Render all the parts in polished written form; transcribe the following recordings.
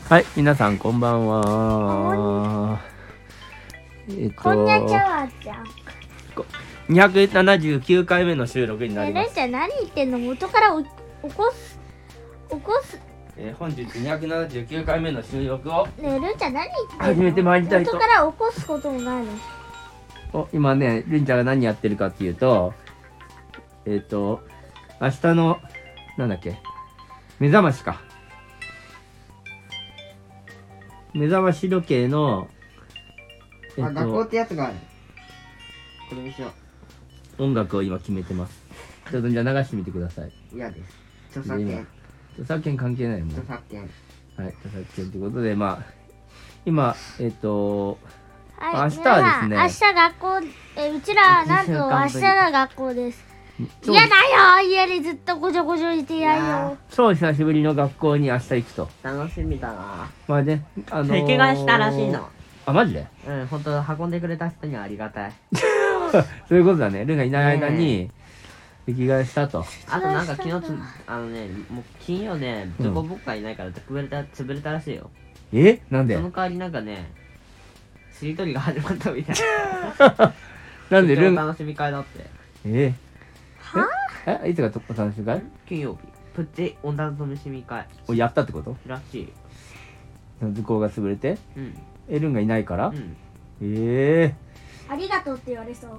はい、皆さんこんばんは。 こんにゃちゃわちゃん。 279回目の収録になります。 レンちゃん何言ってんの？元から起こす。 本日279回目の収録をねえ、レンちゃん何言ってんの？ 始めてまいりたいと。 元から起こすこともないの。 今ね、レンちゃんが何やってるかっていうと、明日のなんだっけ、目覚ましか。目覚まし時計の、 学校ってやつがある。これにしよ音楽を今決めてます。ちょっとじゃあ流してみてください。 嫌です。著作権。 著作権関係ないもんね。 著作権。 はい、著作権ということで、まあ今はい、 明日はですね、 明日学校、うちらなんと明日が学校です。 超嫌だよ、家にずっとごちょごちょいてやるよ。 超久しぶりの学校に明日行くと。 楽しみだな。 まあね、 席替えしたらしいの。 あ、マジで？ うん、ほんと運んでくれた人にはありがたい。 そういうことだね。ルンがいない間に席替えしたと。 あとなんか昨日もう金曜ね、チョコボッカいないから潰れたらしいよ。 なんで？ その代わりなんかね、しりとりが始まったみたいな。 なんでルン？ 楽しみ会だって。 いつがお楽しみ会？ 金曜日。プチお楽しみ会。 やったってこと？ らしい。 図工が潰れて？ うん。 ルンがいないから？ うん。 ありがとうって言われそう。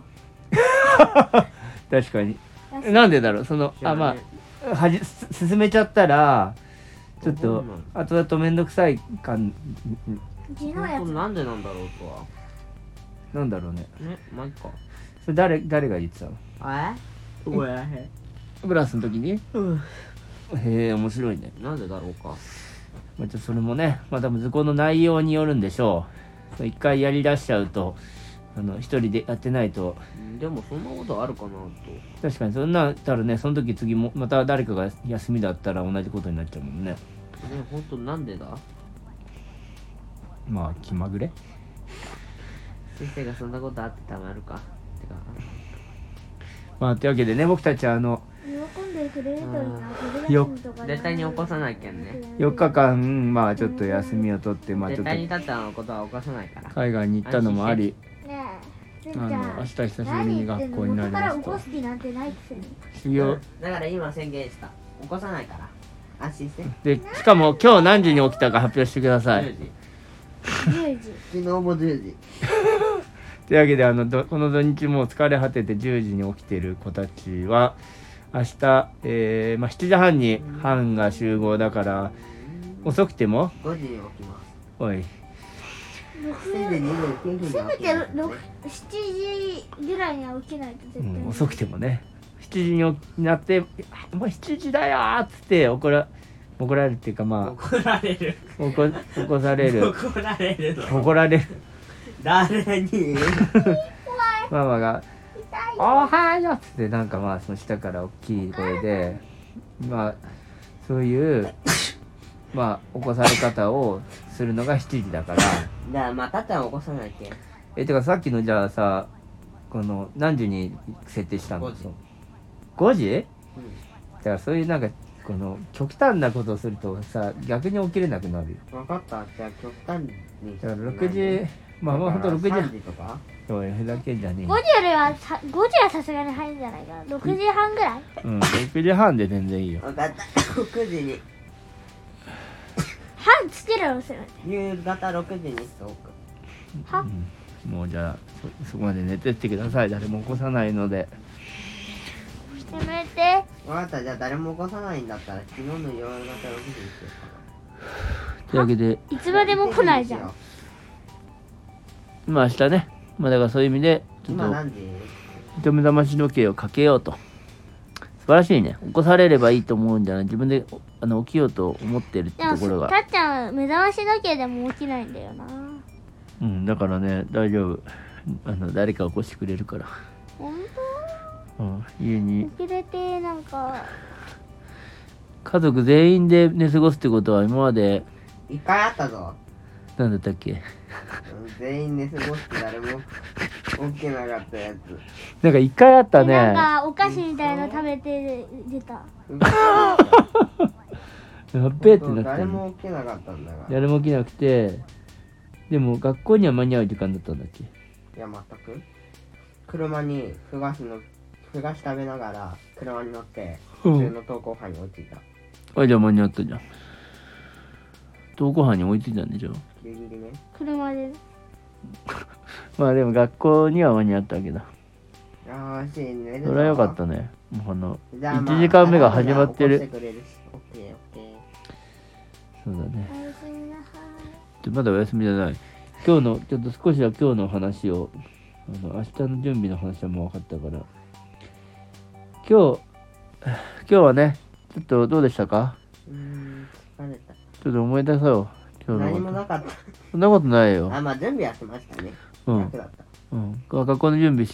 確かに。なんでだろう、まあ進めちゃったらちょっと後々めんどくさい感。 なんでなんだろうとは。 なんだろうね。 まあいっか。 それ誰が言ってたの？ブラスの時に？面白いね。 なんでだろうか。 まあそれもね、まあ多分図工の内容によるんでしょう。一回やりだしちゃうと一人でやってないと。 でもそんなことあるかなと。 確かにそんなったらね、その時次もまた誰かが休みだったら同じことになっちゃうもんね。 ほんとなんでだ？ まあ気まぐれ。 先生がそんなことあってたまるか。てかまあというわけでね、僕たちは喜んでくれるといいな。 絶対に起こさないけんね。 4日間まあちょっと休みを取って、まあちょっと絶対にたったのことは起こさないから。 海外に行ったのもあり、 明日久しぶりに学校になりました。修行だから今宣言した。起こさないから安心して。 で、しかも今日何時に起きたか発表してください。 10時。 昨日も10時。 というわけでこの土日もう疲れ果てて10時に起きている子たちは明日、7時半に班が集合だから遅くても 5時に起きます。 おいせめて7時ぐらいには起きないと絶対、 遅くてもね7時になってもう7時だよーっつって怒られるっていうか、まあ怒られる起こされる怒られるの怒られる誰にママが「おはよう」っつってなんかまあその下から大きい声でまあそういうまあ起こされ方をするのが7時だから。 だからまあたったら起こさないけん。 てかさっきのじゃあさこの何時に設定したの？ 5時。 5時？だからそういうなんかこの極端なことをするとさ逆に起きれなくなるよ。 分かった。じゃあ極端にだから6時まあほんと6時 3時とかそうふざけんじゃねえよ。 5時よりは5時はさすがに早いんじゃないかな。6時半ぐらい。 6時半で全然いいよ。 分かった。6時に半つけろよせめて。 夕方6時にしておく。 は、 もうじゃあそこまで寝てってください。誰も起こさないので。 せめて。 分かった。じゃあ誰も起こさないんだったら昨日の夕方6時にしよというわけでいつまでも来ないじゃん。 まあ明日ね、まあだからそういう意味でちょっ今何時？ と目覚まし時計をかけようと。素晴らしいね。起こされればいいと思うんじゃない。自分で起きようと思ってるってところが。 たっちゃん目覚まし時計でも起きないんだよな。 だからね大丈夫。誰か起こしてくれるから。 本家に当？起きれてなんか家族全員で寝過ごすってことは今まで 1回あったぞ。 なんだったっけ？ 全員寝過ごして誰も起きなかったやつ。 なんか一回あったね。 なんかお菓子みたいなの食べて出た。 やっべえってなった誰の。 も起きなかったんだから。 誰も起きなくて、でも学校には間に合う時間だったんだっけ。 いや、全く。車にふ菓子食べながら車に乗って普通の登校班に追いついた。 あ、じゃあ間に合ったじゃん。登校班に追いついたんでしょ。 ギリギリね。 車でまあでも学校には間に合ったわけだ。 よーし、寝るぞ。 それはよかったね。もうじゃあまあ 1時間目が始まってる。 起こしてくれるし。オッケーオッケー。 そうだね。 おやすみなさまだお休みじゃない。今日のちょっと少しは今日の話を、明日の準備の話はもう分かったから。今日はね、ちょっとどうでしたか？ 疲れた。 ちょっと思い出そう。今日の何こと。 もなかった。 そんなことないよ。 あ、まあ準備はしましたね。 うん楽だった。 学校の準備して、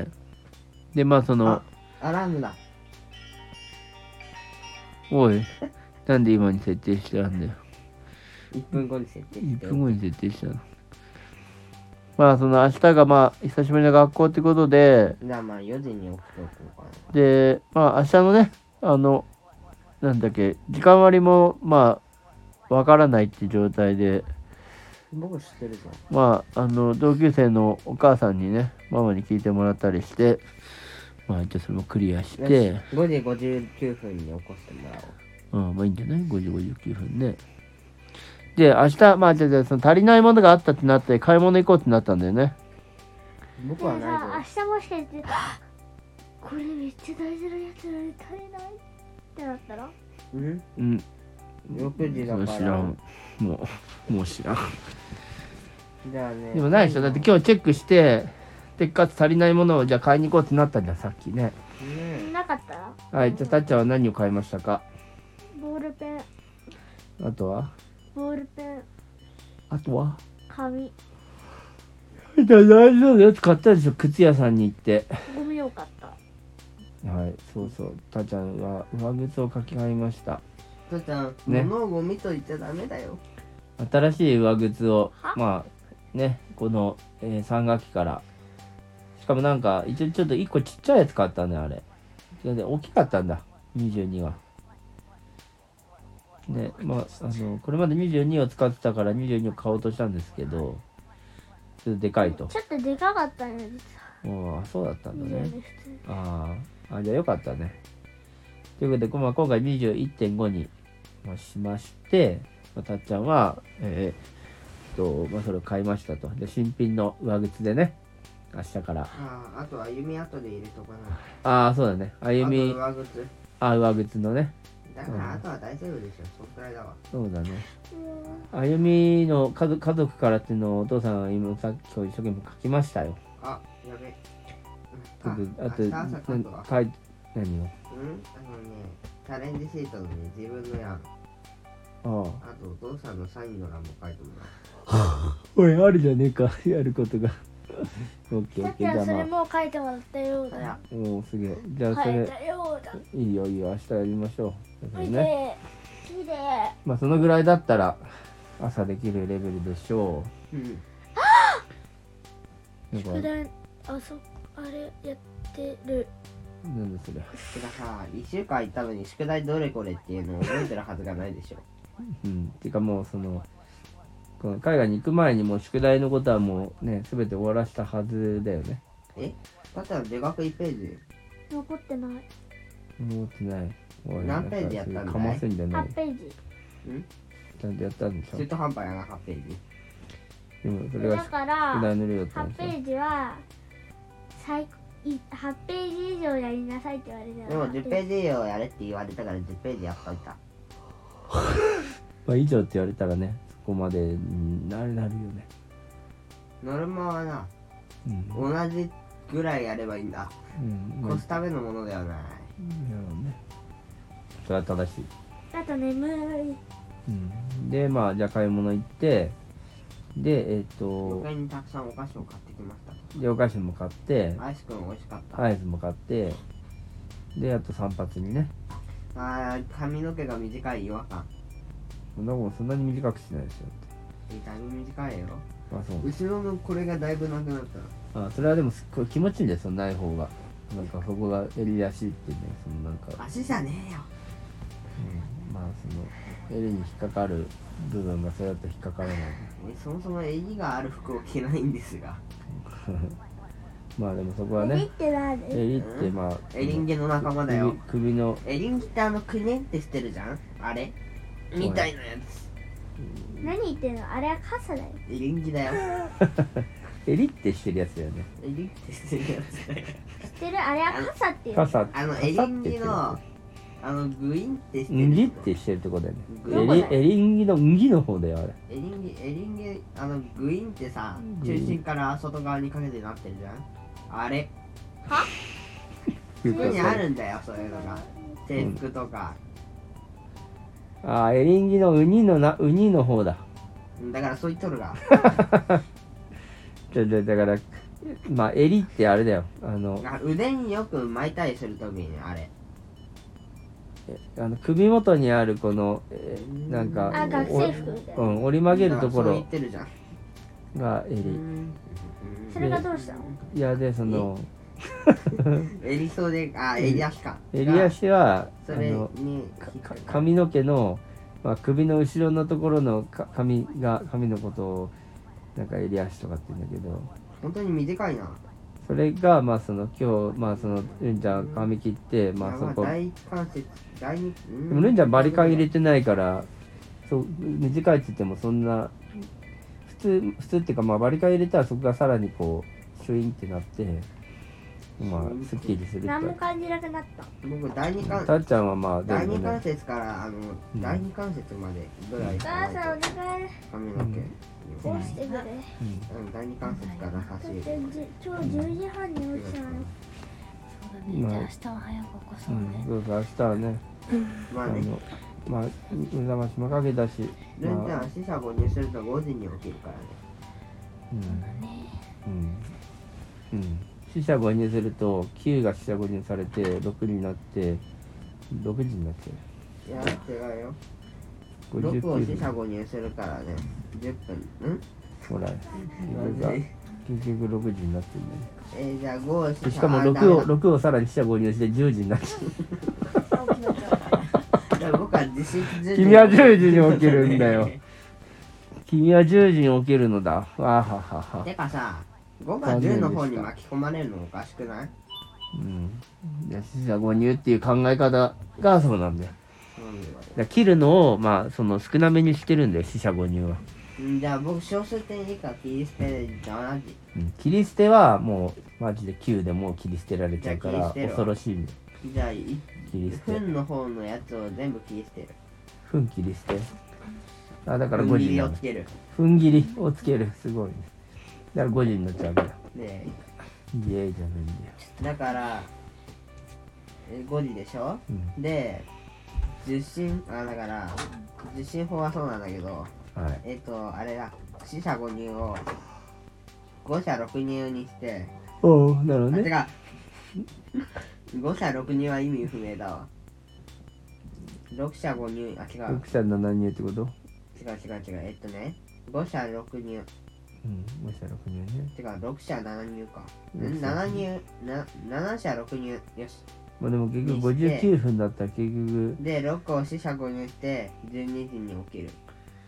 で、まあその、 アラームだ。 おい、なんで今に設定してたんだよ。 1分後に設定して。 1分後に設定したの。まあその明日がまあ久しぶりの学校ってことで、 じゃあまあ4時に起きておこうかな。 で、まあ明日のね、なんだっけ、時間割もまあわからないって状態で、 僕知ってるぞ。 まあ同級生のお母さんにね、ママに聞いてもらったりして、まあ一応それもクリアしよて、 し5時59分に起こしてもらおう。 まあいいんじゃない ?5 時59分ね。で、明日、まあじゃあその足りないものがあったってなって、買い物行こうってなったんだよね。 僕い。ではないぞ。 さ、明日もしかしてこれめっちゃ大事なやつなのに足りないってなったらうんうん。 6時だもうから。 知らん。もう知らん。 じゃあね。 でもないでしょ。だって今日チェックして、で、かつ足りないものをじゃあ買いに行こうってなったじゃん、さっきね。 ねなかったらはい、じゃあたっちゃんは何を買いましたか？ ボールペンあとは紙大丈夫なやつ買ったでしょ、靴屋さんに行って。 ゴミを買った。 はい、そうそう。たっちゃんは上靴を書き換えました。 ちょっちゃん、 ね物をゴミと言っちゃダメだよ。 新しい上靴を、まあ、ね、この、3学期から。しかもなんか、一応ちょっと1個ちっちゃいやつ買ったね、あれ。で大きかったんだ、22は。ね、まあ、これまで22を使ってたから22を買おうとしたんですけど、ちょっとでかいと。 ちょっとでかかったね、実は。 そうだったんだね。 普通にじゃあよかったね。ということで、まあ、今回21.5に、しまして、たっちゃんは、まあ、それを買いましたと。で、新品の上靴でね、明日から。 あと歩み後で入れとかな。 そうだね。歩み、 あと上靴。 上靴のね。 だからあとは大丈夫でしょ。そんくらいだわ。 そうだね。歩みの家族からっていうのをお父さんは今さっき一生懸命書きましたよ。 やべ。 あと、 明日朝書くわ。 何を？ チャレンジシートに自分の欄。あとお父さんのサインの欄も書いてもらう。 おい、あるじゃねえか、やることが。オッケーオッケー。じゃあそれもう書いてもらったようだ。 もうすげえ。じゃあそれ、 書いたようだ。 いいよ、明日やりましょう。 見て、きれい。 まあそのぐらいだったら朝できるレベルでしょう。 宿題、あれやってる。 なんでそれ。 てかさ、1週間行ったのに宿題どれこれっていうのを覚えてるはずがないでしょ。 てかもうこの海外に行く前にもう宿題のことはもうね、全て終わらせたはずだよね。 だったら出学1ページ。 残ってない。 思ってない。 何ページやったんだい？ かませんじゃない。 8ページ。 ちゃんとやったんでしょ。 中途半端やな、8ページ。 でもそれがだから宿題の量だったん 8ペでしージは8ページ以上やりなさいって言われたでも10ページ以上やれって言われたから10ページやっといた。 ょ。以上って言われたらね、そこまでなるよね。 ノルマはな、同じぐらいやればいいんだ。越すためのものではない。 それは正しい。 あと眠い。 で、まあじゃあ買い物行って、で他にたくさんお菓子を買ってきました。 でお菓子も買って、 アイスくん美味しかった。 アイスも買って、であと散髪にね。 髪の毛が短い違和感。 そんなに短くしないですよって。 だいぶ短いよ。 そう。 後ろのこれがだいぶなくなったそれはでもすっごい気持ちいいんですよ、ない方が。なんかそこが襟足ってね、なんか。 足じゃねえよ。 まあその襟に引っかかる部分がそれだと引っかからないそもそも襟がある服を着ないんですが。 まあでもそこは襟っね、 て何？ 襟ってまあエリンギの仲間だよ。 首のエリンギってクネってしてるじゃん、あれみたいなやつ。 何言ってんの？あれは傘だよ。 エリンギだよ。 襟ってしてるやつだよね。 エリンってしてるやつだよ。 知ってる？あれは傘っていう。 傘エリンギのグインってしてる。 んぎってしてるとこだよね。 どこだよエリンギのんぎの方だよあれ。 エリンギグインってさ、中心から外側にかけてなってるじゃん。あれ服にあるんだよ、そういうのが。制服とか。 ああ、エリンギのウニの方だ。 だからそう言っとるが。 だからまあ襟ってあれだよ。 腕によく巻いたりするときにあれ。 首元にあるこの、なんかあ、学生服みたいな。 折り曲げるとこそう言ろってるじゃん。 が襟。 それがどうしたの？ いやでその襟袖、襟足か。 襟足はそれに髪の毛の、まあ、首の後ろのところの髪のことをなんか襟足とかって言うんだけど、 本当に短いな。 それがまあその今日まあそのルンちゃん髪切ってまあそこ第一関節第二でもルンちゃんバリカン入れてないからそう短いって言ってもそんな普通っていうかまあバリカン入れたらそこがさらにこうシュインってなってまあすっきりする何も感じなくなった。 僕第二関たっちゃんはまあ第二関ね節から第二関節までぐらいお母さんお願い。 髪の毛こうしてくれ。 第二関節から差しだっ入れて今日10時半に起きたの。 そうだね。じゃあ明日は早く起こそうね。 そうそう明日はねまあね、 まあ目覚ましもかけたしルンちゃんまあ四捨五入すると5時に起きるからね。 四捨五入すると9が四捨五入されて6になって6時になっちゃいや違うよ。 う 6を四 59分捨五入するからね、10分。 ほら結局6時になってるねじゃあ5を四捨しかも6をさらに四捨五入して10時になっちゃう僕は自信君は10時に起きるんだよ君は10時に起きるのだわーはははてかさ、5が10の方に巻き込まれるのおかしくない？ いや四捨五入っていう考え方がそうなんだよだから切るのをまあその少なめにしてるんだよ四捨五入はじゃあ僕小数点以下切り捨て7時。 切り捨てはもうマジで9でもう切り捨てられちゃうからじゃあ切り捨てるわ恐ろしいねじゃあ切り捨て分の方のやつを全部切り捨てる。 分切り捨てだから5 分切り時になるをつける。 分切りをつけるすごいねだから5時になっちゃうんだよで、 イエーイじゃないんだよだから5時でしょ、で、受信だから受信法はそうなんだけど、 はいあれだ、四捨五入を5捨6入にして、 おおなるほどねてか5捨6入は意味不明だわ。6捨5入、違う 6社7入ってこと 5捨6入、 5社6入ねてか6捨7入か。7捨6入、よし。 まあでも結局59分だったら結局で、6を四捨五入して12時に起きる。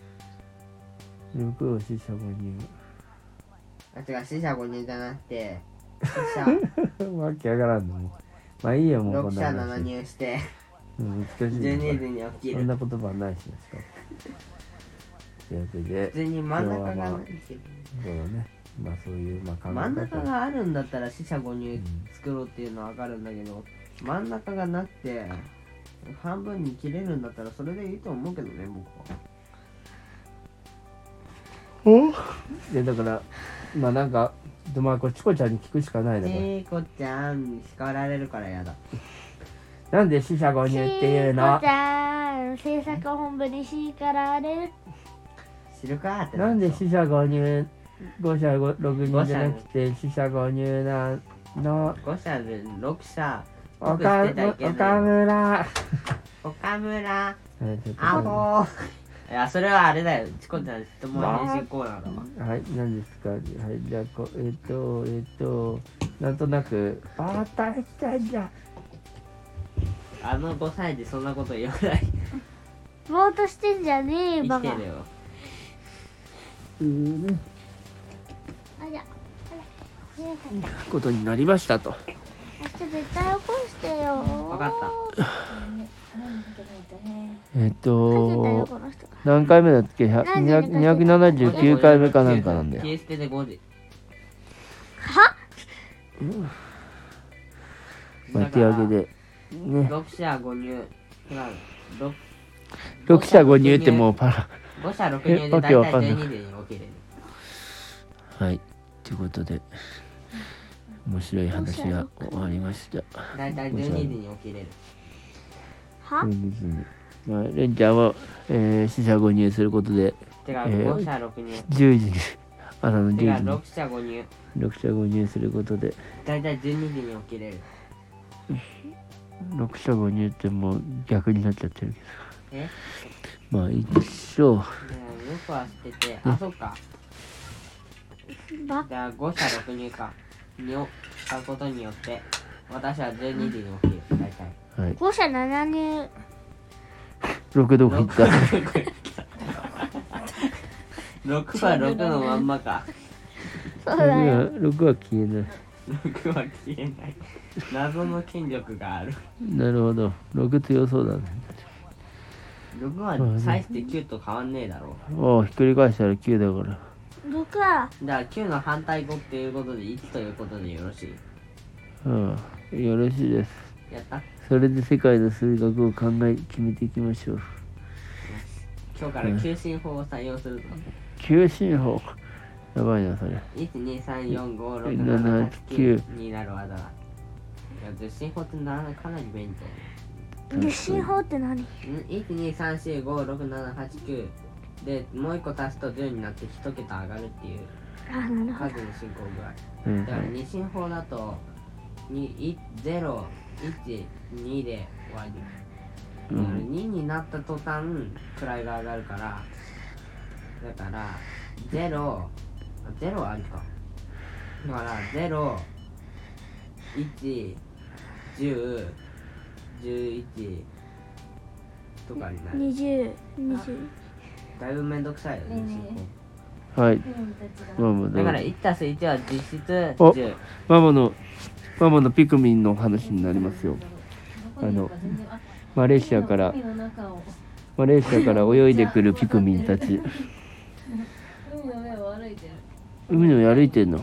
6を四捨五入違う、四捨五入じゃなくて、 わけわからんのもまあいいよもうこ 6 ん捨な話 7入して難しい 12時に起きる。 そんな言葉はないしなしかというわけで普通に真ん中がない。 そうだねまあそういうまあ考え方真ん中があるんだったら四捨五入作ろうっていうのはわかるんだけど、真ん中がなくて半分に切れるんだったらそれでいいと思うけどね、僕は。 でだからまあなんかまあこれチコちゃんに聞くしかないねこれこちゃん叱られるからやだ。 なんで四捨五入っていうのちゃん制作本部に叱られる。 知るかってなんで四捨五入5捨6入じゃなくて四捨五入なの 5捨で6捨岡村岡村アちょっとホいや、それはあれだよ。チコちゃん質問返信コーナーだわ。 はい、何ですか。はい、じゃあなんとなく大変じゃん。 5歳でそんなこと言わない。 ぼーっとしてんじゃねえよバカ。 生きてるよ。 あじゃことになりましたと。 明日絶対起こしてよ。 分かった。 かけたよこの人が。 何回目だっけ279回目かなんかなんだよ。 消え捨てで5時。 は巻き上げでね。 6社5入。 6社5入ってもうパラ 5社6入で大体12時に起きれる。 はいということで面白い話が終わりました。 大体12時に起きれる。 はまあ、レンちゃんは、四捨五入することで、 てか5社6入。 10時に朝の10 てか時に 6社5入。 6社5入することで大体12時に起きれる。 6社5入ってもう逆になっちゃってるけえど、まあいいでしょう。 よくは知ってて、あ、そっか。 バじゃあ5社6入か。2を使うことによって、私は12時に起きる。大体。 はい、 5社7入。 6どこ行った 6は6のまんまか。 そうだよ。 6は消えない。 6は消えない。謎の権力がある。 なるほど、6強そうだね。 6は際して9と変わんねえだろおお、ひっくり返したら9だから。 6はう。じゃあ9の反対語っていうことで1ということでよろしい。 うん、よろしいです。 やった。 それで世界の数学を決めていきましょう。 今日から求心法を採用するぞ。 求心法やばいなそれ。 1,2,3,4,5,6,7,8,9 になる技だ。いや、受信法ってかなり便利だよ。 受信法って何？ 1,2,3,4,5,6,7,8,9 でもう1個足すと10になって1桁上がるっていうあ、なるほど。 数の進行具合。 うんだから二進法だと0、1、2で終わり。だから2になった途端位が上がるから、だから0はありか。だから0、1、10、11とかになる。 20。 だいぶめんどくさいよね、進行。 はい。ママだからの 1+1 は実質お 10。 ママのピクミンの話になりますよ。マレーシアから泳いでくるピクミンたち。海の上歩いてんの。 そう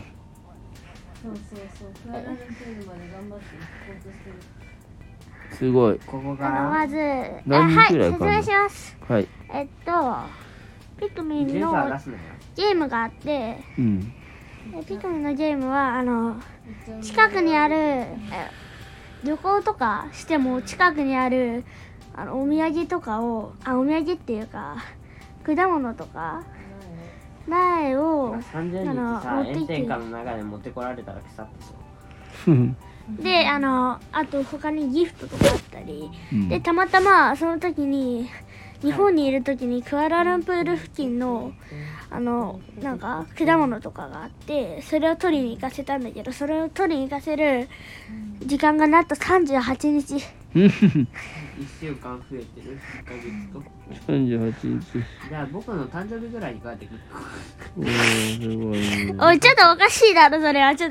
クアラルンプールまで頑張って行こうとしてる。 すごい。 ここからまず、 何人くらいかなはい、説明します。 はい。 ピクミンジュースはの出すのよ。 ゲームがあって、 うん。 でピクミンのゲームは近くにある旅行とかしても近くにあるお土産とかをお土産っていうか果物とか苗を 30日さ、 持ってきて炎天下の中で持ってこられたら腐ってそう。 であと他にギフトとかあったり、 うんでたまたまその時に日本にいる時にクアラルンプール付近のなんか果物とかがあってそれを取りに行かせたんだけどそれを取りに行かせる時間がなんと38日。 1週間増えてる。1ヶ月と。 38日。 じゃあ僕の誕生日ぐらいに帰ってくる。 おー、すごいね。 おいちょっとおかしいだろそれはちょっと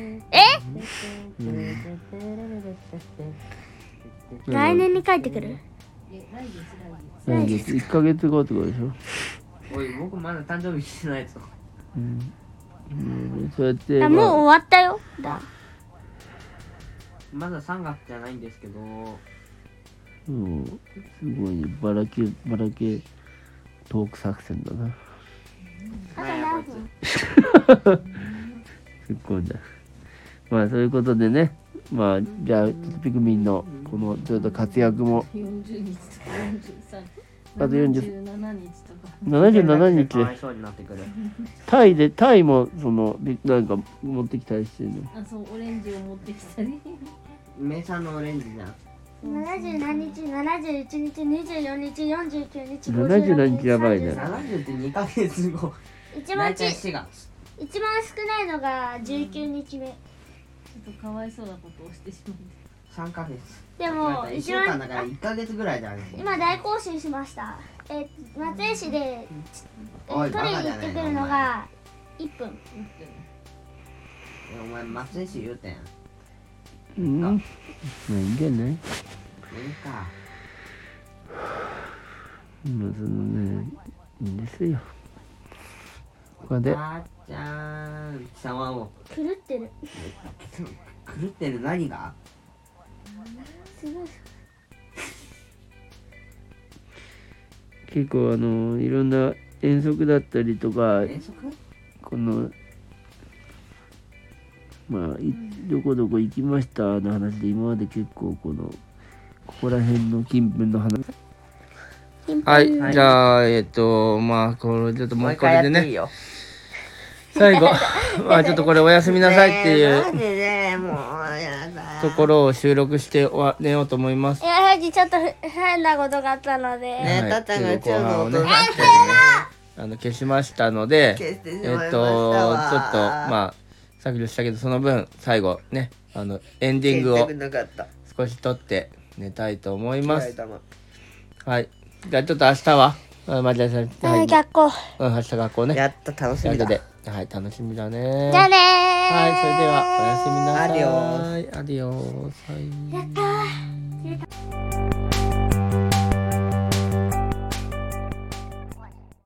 来年に帰ってくる。 来月1ヶ月後ってことでしょ。 おい、僕まだ誕生日してないぞ。 そうやってもう終わったよ。 まだ3月じゃないんですけど、 すごいね。ばらけトーク作戦だな。 なんやこいつ。 すっごいんだ。まあそういうことでね、まあじゃあピクミンのこのちょっと活躍も 40日とか43 あと 77日とか 77日かわいそうになってくる。 タイもそのなんか持ってきたりしてるの。 そうオレンジを持ってきたり名産のオレンジじゃん。 70何日、71日、24日、49日、 77日やばいね。 70って2ヶ月後。大体4月。 一番少ないのが19日目。 ちょっとかわいそうなことをしてしまって 3ヶ月。 でも 1 一週間番だから1ヶ月ぐらいだね。 今大更新しました。松江市でおい取りに行ってくるのが1分。 お前松江市言うてん。 うんまあいいんじゃない。 いいか。 まあそのねいいんですよ。これでばあちゃん貴様も狂ってる。 狂ってる。何が？ すごい。 結構いろんな遠足だったりとか遠足？ このまあどこどこ行きましたの話で今まで結構ここら辺の近辺の話。はい、じゃあまあこれちょっともうこれでね最後まあちょっとこれおやすみなさいっていうマジでもうやだ。 ところを収録して終われようと思います。 いや、さっきちょっと変なことがあったので。 ねえ、たっちゃんが中の音ね出して消しましたので、 消してしちょっまいましたとわ。 まあ削除したけどその分最後ねエンディングを消してくれなかった。 少し撮って寝たいと思います。 嫌いだな。 はい。じゃあちょっと明日はまあじゃあはい学校。 明日学校ね。 やっと楽しみだ。 というわけではい楽しみだね。 じゃあねー。 はいそれではおやすみなさい。 アディオース。 アディオース。はいやったー。